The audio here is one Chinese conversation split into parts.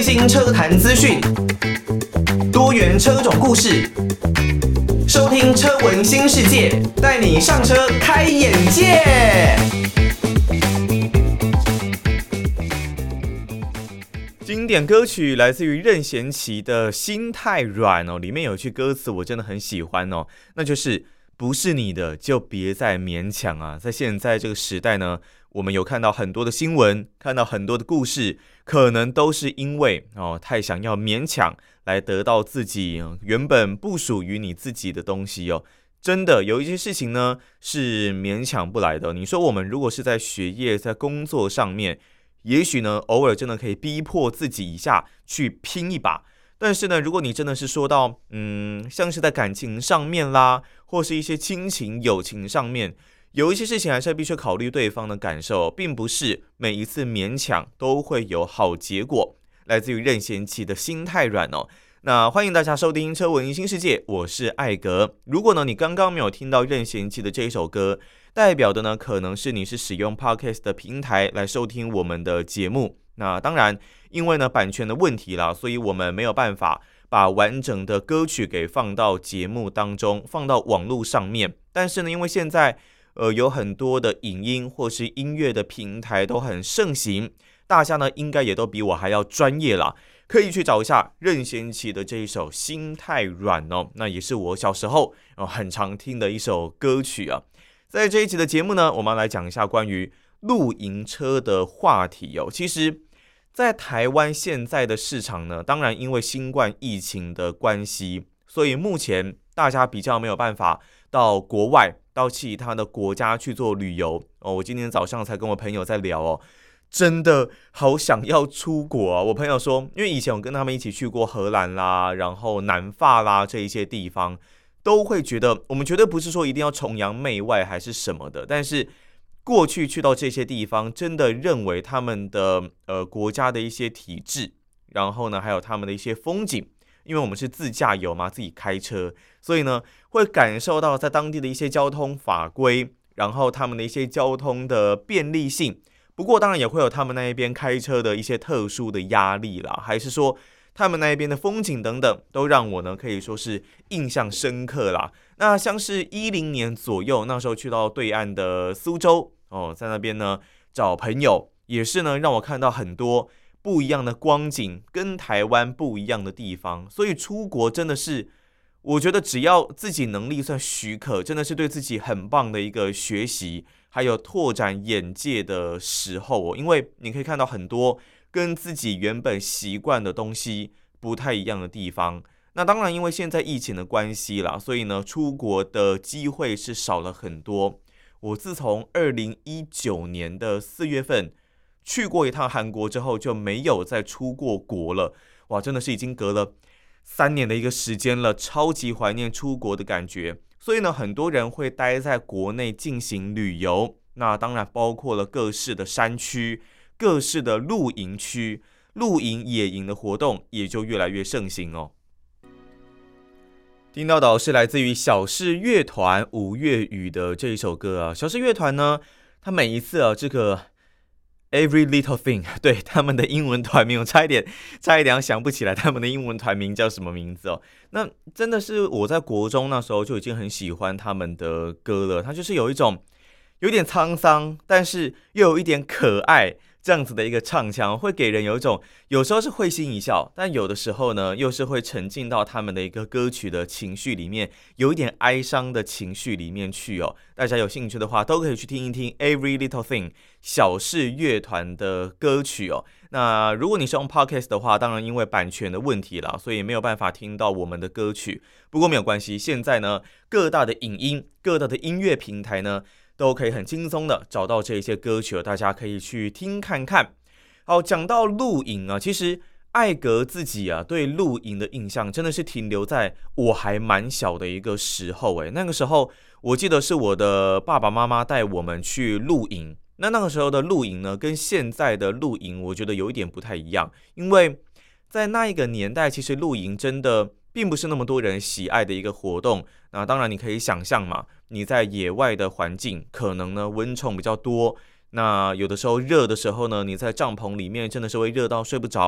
新车坛资讯，多元车种故事，收听车闻新世界，带你上车开眼界。经典歌曲来自于任贤齐的《心太软》哦，里面有句歌词我真的很喜欢哦，那就是不是你的就别再勉强啊！在现在这个时代呢，我们有看到很多的新闻，看到很多的故事，可能都是因为太想要勉强来得到自己原本不属于你自己的东西哦。真的有一些事情呢是勉强不来的。你说我们如果是在学业、在工作上面，也许呢偶尔真的可以逼迫自己一下去拼一把。但是呢，如果你真的是说到像是在感情上面啦，或是一些亲情友情上面，有一些事情还是必须考虑对方的感受，并不是每一次勉强都会有好结果。来自于任贤齐的《心太软》哦。那欢迎大家收听车闻新世界，我是艾格。如果呢你刚刚没有听到任贤齐的这一首歌，代表的呢可能是你是使用 Podcast 的平台来收听我们的节目。那当然因为呢版权的问题啦，所以我们没有办法把完整的歌曲给放到节目当中，放到网络上面。但是呢因为现在有很多的影音或是音乐的平台都很盛行，大家呢应该也都比我还要专业啦，可以去找一下任贤齐的这一首《心太软》哦，那也是我小时候很常听的一首歌曲啊。在这一集的节目呢，我们来讲一下关于露营车的话题哦。其实在台湾现在的市场呢，当然因为新冠疫情的关系，所以目前大家比较没有办法到国外到其他的国家去做旅游哦。我今天早上才跟我朋友在聊哦，真的好想要出国啊！我朋友说，因为以前我跟他们一起去过荷兰啦，然后南法啦这一些地方，都会觉得我们绝对不是说一定要崇洋媚外还是什么的，但是过去到这些地方，真的认为他们的国家的一些体制，然后呢还有他们的一些风景，因为我们是自驾游嘛，自己开车，所以呢会感受到在当地的一些交通法规，然后他们的一些交通的便利性。不过当然也会有他们那一边开车的一些特殊的压力啦，还是说他们那一边的风景等等，都让我呢可以说是印象深刻啦。那像是10年左右，那时候去到对岸的苏州在那边呢找朋友，也是呢让我看到很多不一样的光景，跟台湾不一样的地方。所以出国真的是我觉得只要自己能力算许可，真的是对自己很棒的一个学习还有拓展眼界的时候因为你可以看到很多跟自己原本习惯的东西不太一样的地方。那当然因为现在疫情的关系啦，所以呢出国的机会是少了很多。我自从2019年的4月份去过一趟韩国之后，就没有再出过国了。哇，真的是已经隔了3年的一个时间了，超级怀念出国的感觉。所以呢很多人会待在国内进行旅游，那当然包括了各式的山区，各式的露营区，露营野营的活动也就越来越盛行哦。听到的是来自于小室乐团5月雨的这一首歌啊。小室乐团呢，他每一次这个 Every Little Thing， 对，他们的英文团名我差一点想不起来他们的英文团名叫什么名字哦。那真的是我在国中那时候就已经很喜欢他们的歌了，它就是有一种有点沧桑，但是又有一点可爱这样子的一个唱腔，会给人有一种有时候是会心一笑，但有的时候呢又是会沉浸到他们的一个歌曲的情绪里面，有一点哀伤的情绪里面去哦。大家有兴趣的话都可以去听一听 Every Little Thing 小室乐团的歌曲哦。那如果你是用 Podcast 的话，当然因为版权的问题啦，所以没有办法听到我们的歌曲。不过没有关系，现在呢各大的影音、各大的音乐平台呢都可以很轻松的找到这些歌曲，大家可以去听看看。好，讲到露营啊，其实艾格自己对露营的印象真的是停留在我还蛮小的一个时候那个时候我记得是我的爸爸妈妈带我们去露营。那个时候的露营呢，跟现在的露营我觉得有一点不太一样，因为在那一个年代，其实露营真的并不是那么多人喜爱的一个活动。那当然你可以想象嘛，你在野外的环境可能呢蚊虫比较多，那有的时候热的时候呢，你在帐篷里面真的是会热到睡不着。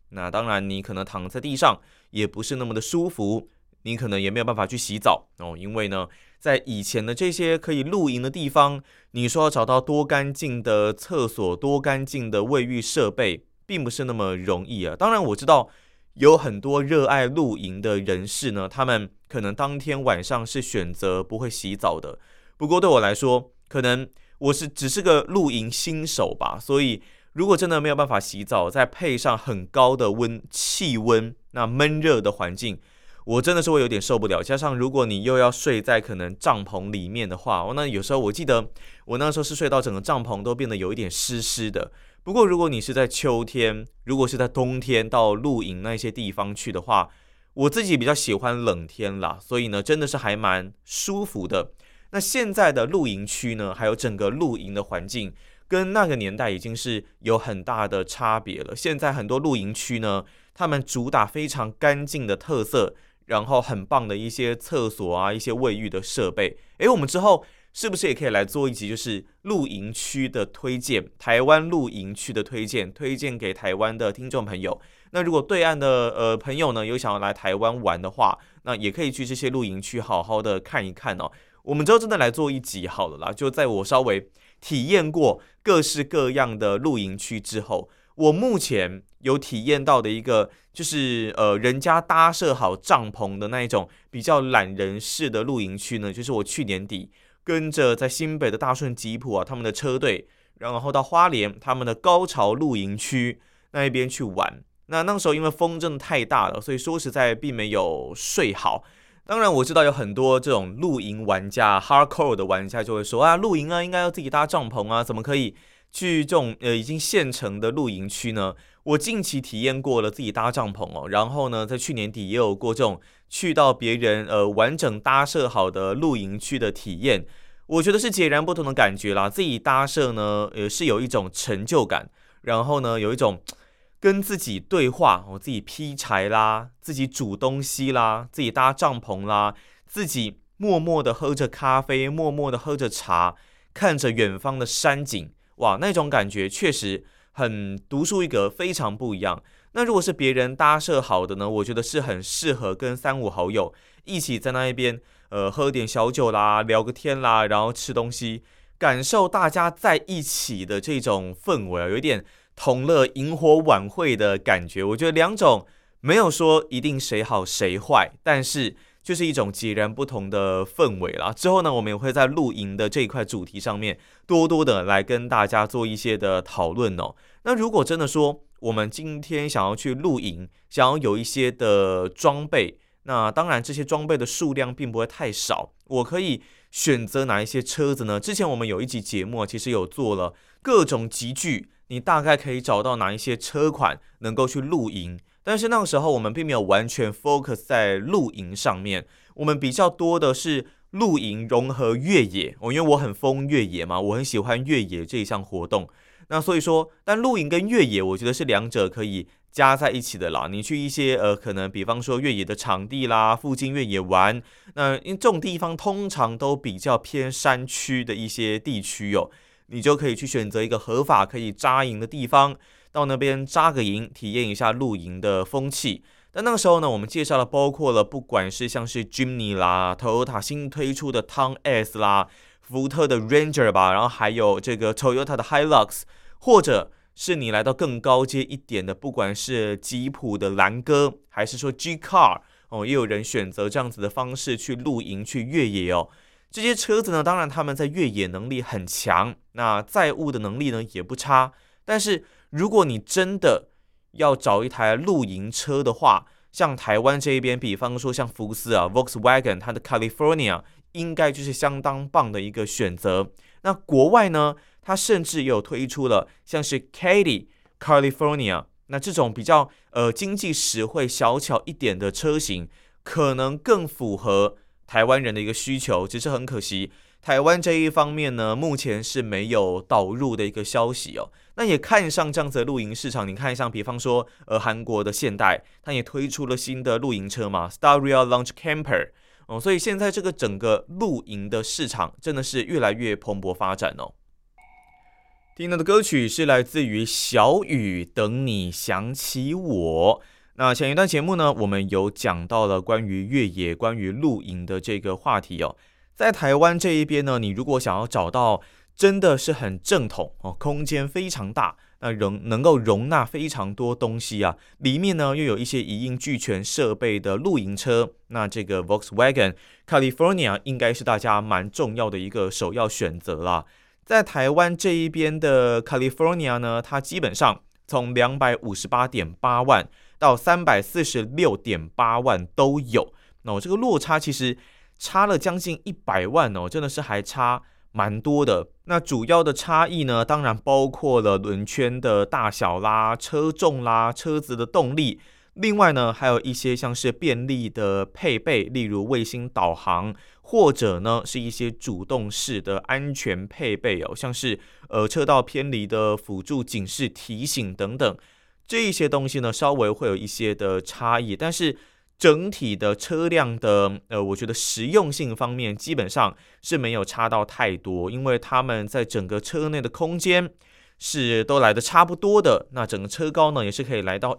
那当然你可能躺在地上也不是那么的舒服，你可能也没有办法去洗澡因为呢在以前的这些可以露营的地方，你说要找到多干净的厕所、多干净的卫浴设备并不是那么容易啊。当然我知道有很多热爱露营的人士呢，他们可能当天晚上是选择不会洗澡的。不过对我来说，可能我只是个露营新手吧，所以如果真的没有办法洗澡，再配上很高的气温，那闷热的环境，我真的是会有点受不了。加上如果你又要睡在可能帐篷里面的话，那有时候我记得我那时候是睡到整个帐篷都变得有一点湿湿的。不过如果你是在秋天，如果是在冬天到露营那些地方去的话，我自己比较喜欢冷天啦，所以呢真的是还蛮舒服的。那现在的露营区呢，还有整个露营的环境跟那个年代已经是有很大的差别了。现在很多露营区呢，他们主打非常干净的特色，然后很棒的一些厕所啊，一些卫浴的设备。我们之后是不是也可以来做一集，就是露营区的推荐，台湾露营区的推荐给台湾的听众朋友。那如果对岸的朋友呢，有想要来台湾玩的话，那也可以去这些露营区好好的看一看我们之后真的来做一集好了啦，就在我稍微体验过各式各样的露营区之后，我目前有体验到的一个就是人家搭设好帐篷的那一种比较懒人式的露营区呢，就是我去年底跟着在新北的大顺吉普他们的车队，然后到花莲他们的高潮露营区那一边去玩。那时候因为风真的太大了，所以说实在并没有睡好。当然我知道有很多这种露营玩家 hardcore 的玩家就会说露营应该要自己搭帐篷怎么可以去这种已经现成的露营区呢？我近期体验过了自己搭帐篷然后呢在去年底也有过这种去到别人完整搭设好的露营区的体验，我觉得是截然不同的感觉啦。自己搭设呢是有一种成就感，然后呢有一种跟自己对话自己劈柴啦，自己煮东西啦，自己搭帐篷啦，自己默默的喝着咖啡，默默的喝着茶，看着远方的山景，哇，那种感觉确实很独树一格，非常不一样。那如果是别人搭设好的呢，我觉得是很适合跟3-5好友一起在那一边喝点小酒啦，聊个天啦，然后吃东西，感受大家在一起的这种氛围有一点同乐萤火晚会的感觉。我觉得两种没有说一定谁好谁坏，但是就是一种截然不同的氛围啦。之后呢，我们也会在露营的这一块主题上面多多的来跟大家做一些的讨论那如果真的说我们今天想要去露营，想要有一些的装备，那当然这些装备的数量并不会太少，我可以选择哪一些车子呢？之前我们有一集节目其实有做了各种集具，你大概可以找到哪一些车款能够去露营，但是那个时候我们并没有完全 focus 在露营上面，我们比较多的是露营融合越野因为我很疯越野嘛，我很喜欢越野这一项活动。那所以说，但露营跟越野我觉得是两者可以加在一起的啦。你去一些可能比方说越野的场地啦，附近越野玩，那因为这种地方通常都比较偏山区的一些地区你就可以去选择一个合法可以扎营的地方，到那边扎个营，体验一下露营的风气。但那个时候呢，我们介绍了包括了不管是像是 Jimny 啦、Toyota 新推出的 Town S 啦、福特的 Ranger 吧，然后还有这个 Toyota 的 Hilux， 或者是你来到更高阶一点的，不管是吉普的兰哥，还是说 G Car 也有人选择这样子的方式去露营去越野这些车子呢，当然他们在越野能力很强，那载物的能力呢也不差。但是如果你真的要找一台露营车的话，像台湾这一边，比方说像福斯Volkswagen 它的 California 应该就是相当棒的一个选择。那国外呢，它甚至也有推出了像是 Caddy California， 那这种比较经济实惠小巧一点的车型，可能更符合台湾人的一个需求。只是很可惜，台湾这一方面呢，目前是没有导入的一个消息那也看上这样子的露营市场，你看像比方说韩国的现代，它也推出了新的露营车嘛 Staria Launch Camper所以现在这个整个露营的市场真的是越来越蓬勃发展听到的歌曲是来自于小雨，等你想起我。那前一段节目呢，我们有讲到了关于越野、关于露营的这个话题哦。在台湾这一边呢，你如果想要找到真的是很正统哦，空间非常大，那能够容纳非常多东西啊，里面呢又有一些一应俱全设备的露营车，那这个 Volkswagen California 应该是大家蛮重要的一个首要选择啦。在台湾这一边的 California 呢，它基本上从258.8万到346.8万都有。那这个落差其实差了将近100万哦，真的是还差蛮多的。那主要的差异呢，当然包括了轮圈的大小啦、车重啦、车子的动力。另外呢，还有一些像是便利的配备，例如卫星导航，或者呢是一些主动式的安全配备哦，像是车道偏离的辅助警示提醒等等，这一些东西呢稍微会有一些的差异，但是整体的车辆的我觉得实用性方面基本上是没有差到太多，因为他们在整个车内的空间是都来的差不多的，那整个车高呢也是可以来到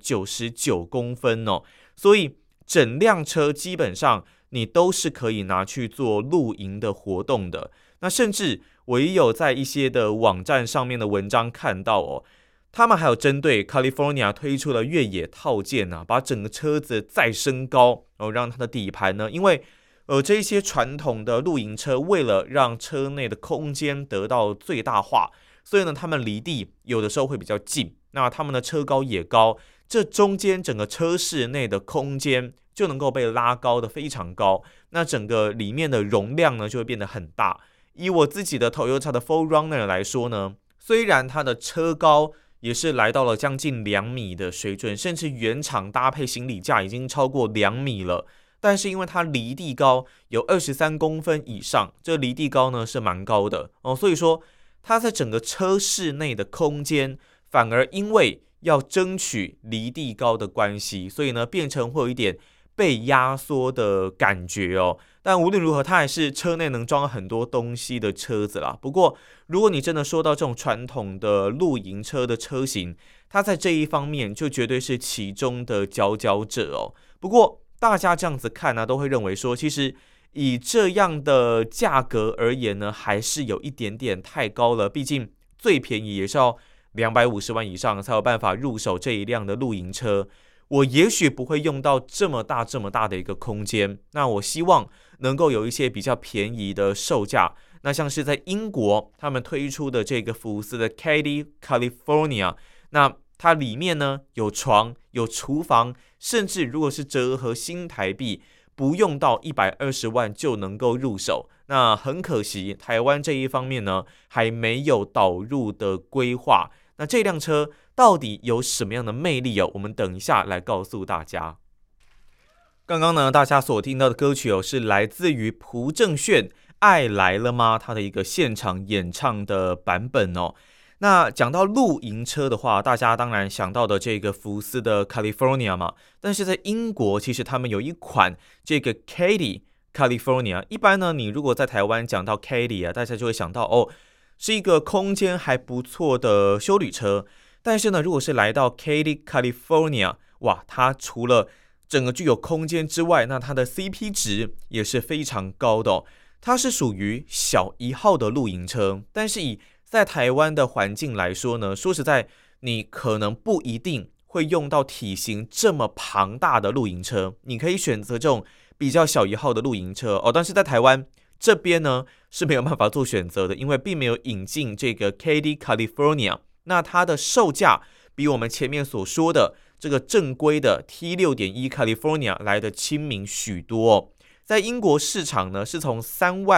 199公分哦，所以整辆车基本上你都是可以拿去做露营的活动的。那甚至我也有在一些的网站上面的文章看到哦，他们还有针对 California 推出了越野套件啊，把整个车子再升高哦，让它的底盘呢，因为这一些传统的露营车为了让车内的空间得到最大化，所以呢，他们离地有的时候会比较近，那他们的车高也高，这中间整个车室内的空间就能够被拉高的非常高，那整个里面的容量呢就会变得很大。以我自己的 Toyota 的 4Runner 来说呢，虽然它的车高也是来到了将近2米的水准，甚至原厂搭配行李架已经超过2米了，但是因为它离地高有23公分以上，这离地高呢是蛮高的哦，所以说它在整个车室内的空间反而因为要争取离地高的关系，所以呢变成会有一点被压缩的感觉哦。但无论如何，它还是车内能装很多东西的车子啦。不过如果你真的说到这种传统的露营车的车型，它在这一方面就绝对是其中的佼佼者哦。不过大家这样子看呢，都会认为说，其实以这样的价格而言呢，还是有一点点太高了。毕竟最便宜也是要250万以上才有办法入手这一辆的露营车。我也许不会用到这么大的一个空间，那我希望能够有一些比较便宜的售价。那像是在英国他们推出的这个福斯的 Caddy California， 那它里面呢有床有厨房，甚至如果是折合新台币不用到120万就能够入手。那很可惜台湾这一方面呢还没有导入的规划。那这辆车到底有什么样的魅力哦？我们等一下来告诉大家。刚刚呢大家所听到的歌曲哦，是来自于朴正炫爱来了吗他的一个现场演唱的版本哦。那讲到露营车的话，大家当然想到的这个福斯的 California 嘛，但是在英国其实他们有一款这个 Caddy California。 一般呢你如果在台湾讲到 Caddy 啊，大家就会想到哦，是一个空间还不错的休旅车。但是呢如果是来到 Caddy California， 哇，它除了整个具有空间之外，那它的 CP 值也是非常高的哦。它是属于小一号的露营车，但是以在台湾的环境来说呢，说实在你可能不一定会用到体型这么庞大的露营车，你可以选择这种比较小一号的露营车哦。但是在台湾这边呢是没有办法做选择的，因为并没有引进这个 Caddy California， 那它的售价比我们前面所说的这个正规的 T6.1 California 来的亲民许多哦。在英国市场呢是从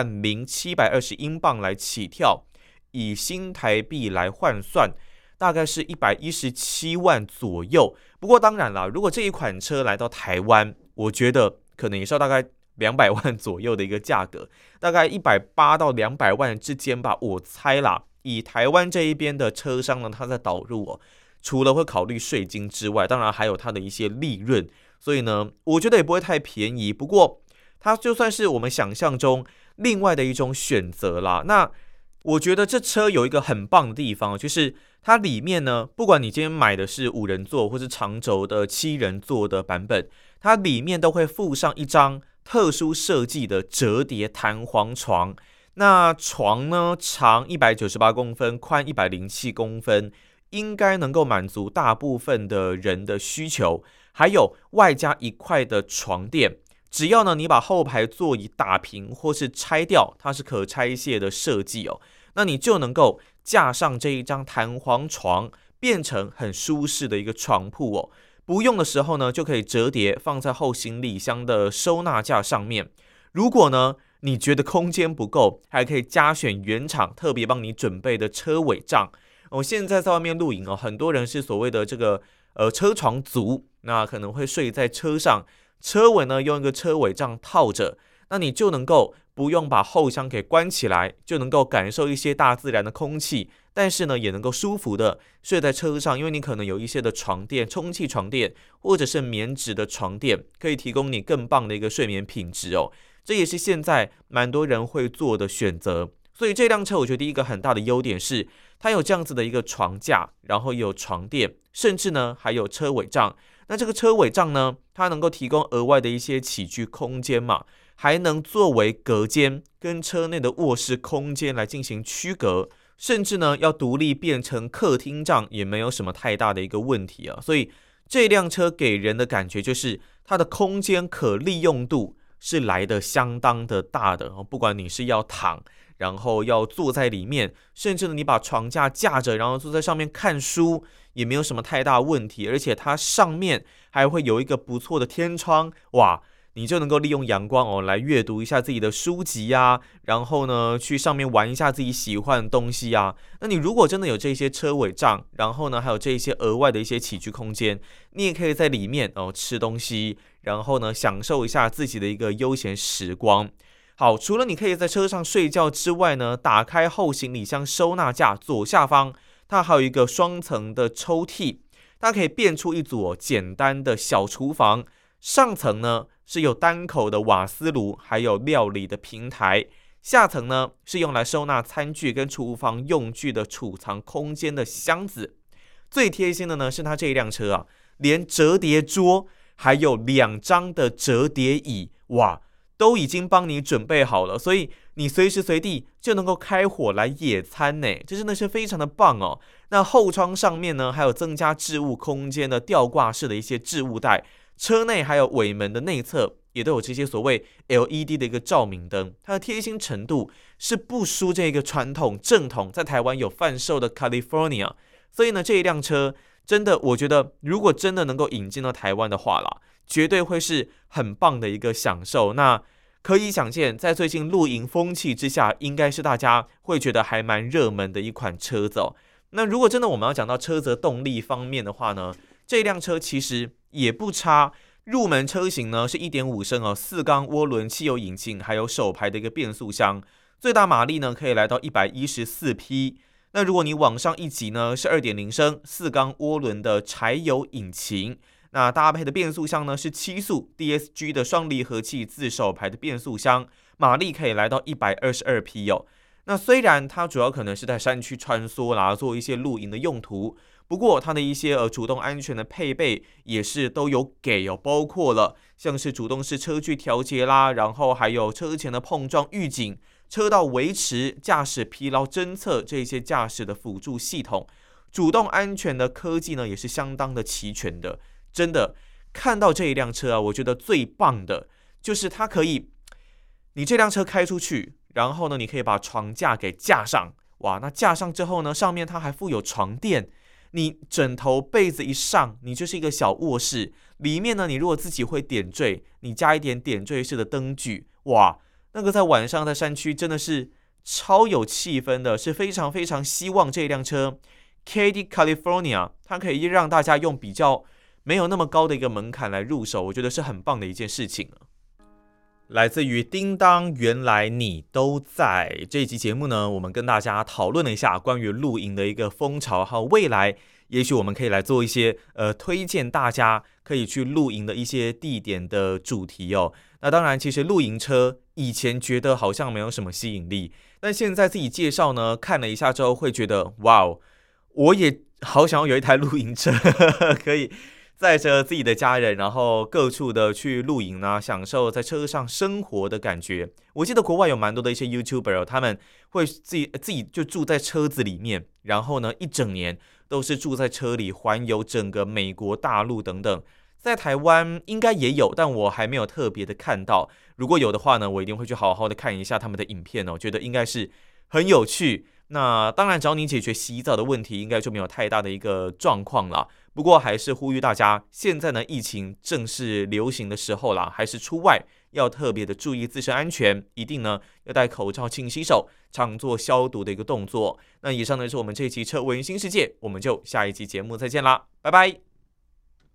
30720英镑来起跳，以新台币来换算大概是117万左右。不过当然啦，如果这一款车来到台湾，我觉得可能也是要大概200万左右的一个价格，大概180到200万之间吧，我猜啦。以台湾这一边的车商呢，他在导入哦，除了会考虑税金之外，当然还有它的一些利润，所以呢我觉得也不会太便宜。不过它就算是我们想象中另外的一种选择啦。那我觉得这车有一个很棒的地方，就是它里面呢，不管你今天买的是5人座或是长轴的7人座的版本，它里面都会附上一张特殊设计的折叠弹簧床。那床呢，长198公分，宽107公分，应该能够满足大部分的人的需求。还有外加1块的床垫，只要呢你把后排座椅打平或是拆掉，它是可拆卸的设计哦，那你就能够架上这一张弹簧床，变成很舒适的一个床铺哦。不用的时候呢，就可以折叠放在后行李箱的收纳架上面。如果呢你觉得空间不够，还可以加选原厂特别帮你准备的车尾帐。现在在外面露营哦，很多人是所谓的这个车床族，那可能会睡在车上，车尾呢用一个车尾帐套着，那你就能够不用把后箱给关起来，就能够感受一些大自然的空气，但是呢也能够舒服的睡在车上，因为你可能有一些的床垫，充气床垫或者是棉质的床垫，可以提供你更棒的一个睡眠品质哦。这也是现在蛮多人会做的选择。所以这辆车我觉得第一个很大的优点是它有这样子的一个床架，然后有床垫，甚至呢还有车尾帐。那这个车尾帐呢，它能够提供额外的一些起居空间嘛，还能作为隔间，跟车内的卧室空间来进行区隔，甚至呢要独立变成客厅帐也没有什么太大的一个问题啊。所以这辆车给人的感觉就是它的空间可利用度是来得相当的大的，不管你是要躺，然后要坐在里面，甚至呢你把床架架着，然后坐在上面看书，也没有什么太大问题。而且它上面还会有一个不错的天窗，哇，你就能够利用阳光来阅读一下自己的书籍啊，然后呢去上面玩一下自己喜欢的东西啊。那你如果真的有这些车尾帐，然后呢还有这些额外的一些起居空间，你也可以在里面吃东西，然后呢享受一下自己的一个悠闲时光。好，除了你可以在车上睡觉之外呢，打开后行李箱收纳架左下方，它还有一个双层的抽屉，它可以变出一组简单的小厨房。上层呢是有单口的瓦斯炉，还有料理的平台。下层呢是用来收纳餐具跟厨房用具的储藏空间的箱子。最贴心的呢是它这一辆车啊，连折叠桌还有2张的折叠椅，哇，都已经帮你准备好了，所以你随时随地就能够开火来野餐呢，这真的是非常的棒哦。那后窗上面呢，还有增加置物空间的吊挂式的一些置物袋，车内还有尾门的内侧也都有这些所谓 LED 的一个照明灯，它的贴心程度是不输这个传统正统在台湾有贩售的 California。 所以呢这一辆车真的，我觉得如果真的能够引进到台湾的话啦，绝对会是很棒的一个享受。那可以想见，在最近露营风气之下，应该是大家会觉得还蛮热门的一款车子哦。那如果真的我们要讲到车子动力方面的话呢，这辆车其实也不差。入门车型呢是 1.5 升4缸涡轮汽油引擎，还有手排的一个变速箱，最大马力呢可以来到114匹。那如果你往上一级呢，是 2.0 升4缸涡轮的柴油引擎，那搭配的变速箱呢是7速 DSG 的双离合器自手排的变速箱，马力可以来到122匹哦。那虽然它主要可能是在山区穿梭啦，做一些露营的用途，不过它的一些主动安全的配备也是都有给哦，包括了像是主动式车距调节啦，然后还有车前的碰撞预警、车道维持、驾驶疲劳侦测这些驾驶的辅助系统，主动安全的科技呢也是相当的齐全的。真的看到这一辆车啊，我觉得最棒的就是它可以，你这辆车开出去，然后呢你可以把床架给架上，哇，那架上之后呢，上面它还附有床垫，你枕头被子一上，你就是一个小卧室。里面呢，你如果自己会点缀，你加一点点缀式的灯具，哇，那个在晚上在山区真的是超有气氛的，是非常非常希望这辆车 KD California 它可以让大家用比较没有那么高的一个门槛来入手，我觉得是很棒的一件事情。来自于叮当，原来你都在。这一集节目呢，我们跟大家讨论了一下关于露营的一个风潮，还有未来也许我们可以来做一些推荐大家可以去露营的一些地点的主题哦。那当然其实露营车以前觉得好像没有什么吸引力， 但现在自己介绍呢，看了一下之后会觉得，哇哦，我也好想要有一台露营车，可以载着自己的家人，然后各处的去露营啊，享受在车上生活的感觉。我记得国外有蛮多的一些 YouTuber，他们会自己就住在车子里面，然后呢，一整年都是住在车里，环游整个美国大陆等等。在台湾应该也有，但我还没有特别的看到。如果有的话呢，我一定会去好好的看一下他们的影片哦，觉得应该是很有趣。那当然，只要你解决洗澡的问题，应该就没有太大的一个状况啦。不过还是呼吁大家，现在呢疫情正是流行的时候啦，还是出外要特别的注意自身安全，一定呢要戴口罩、勤洗手，常做消毒的一个动作。那以上呢是我们这一期车闻新世界，我们就下一期节目再见啦，拜拜。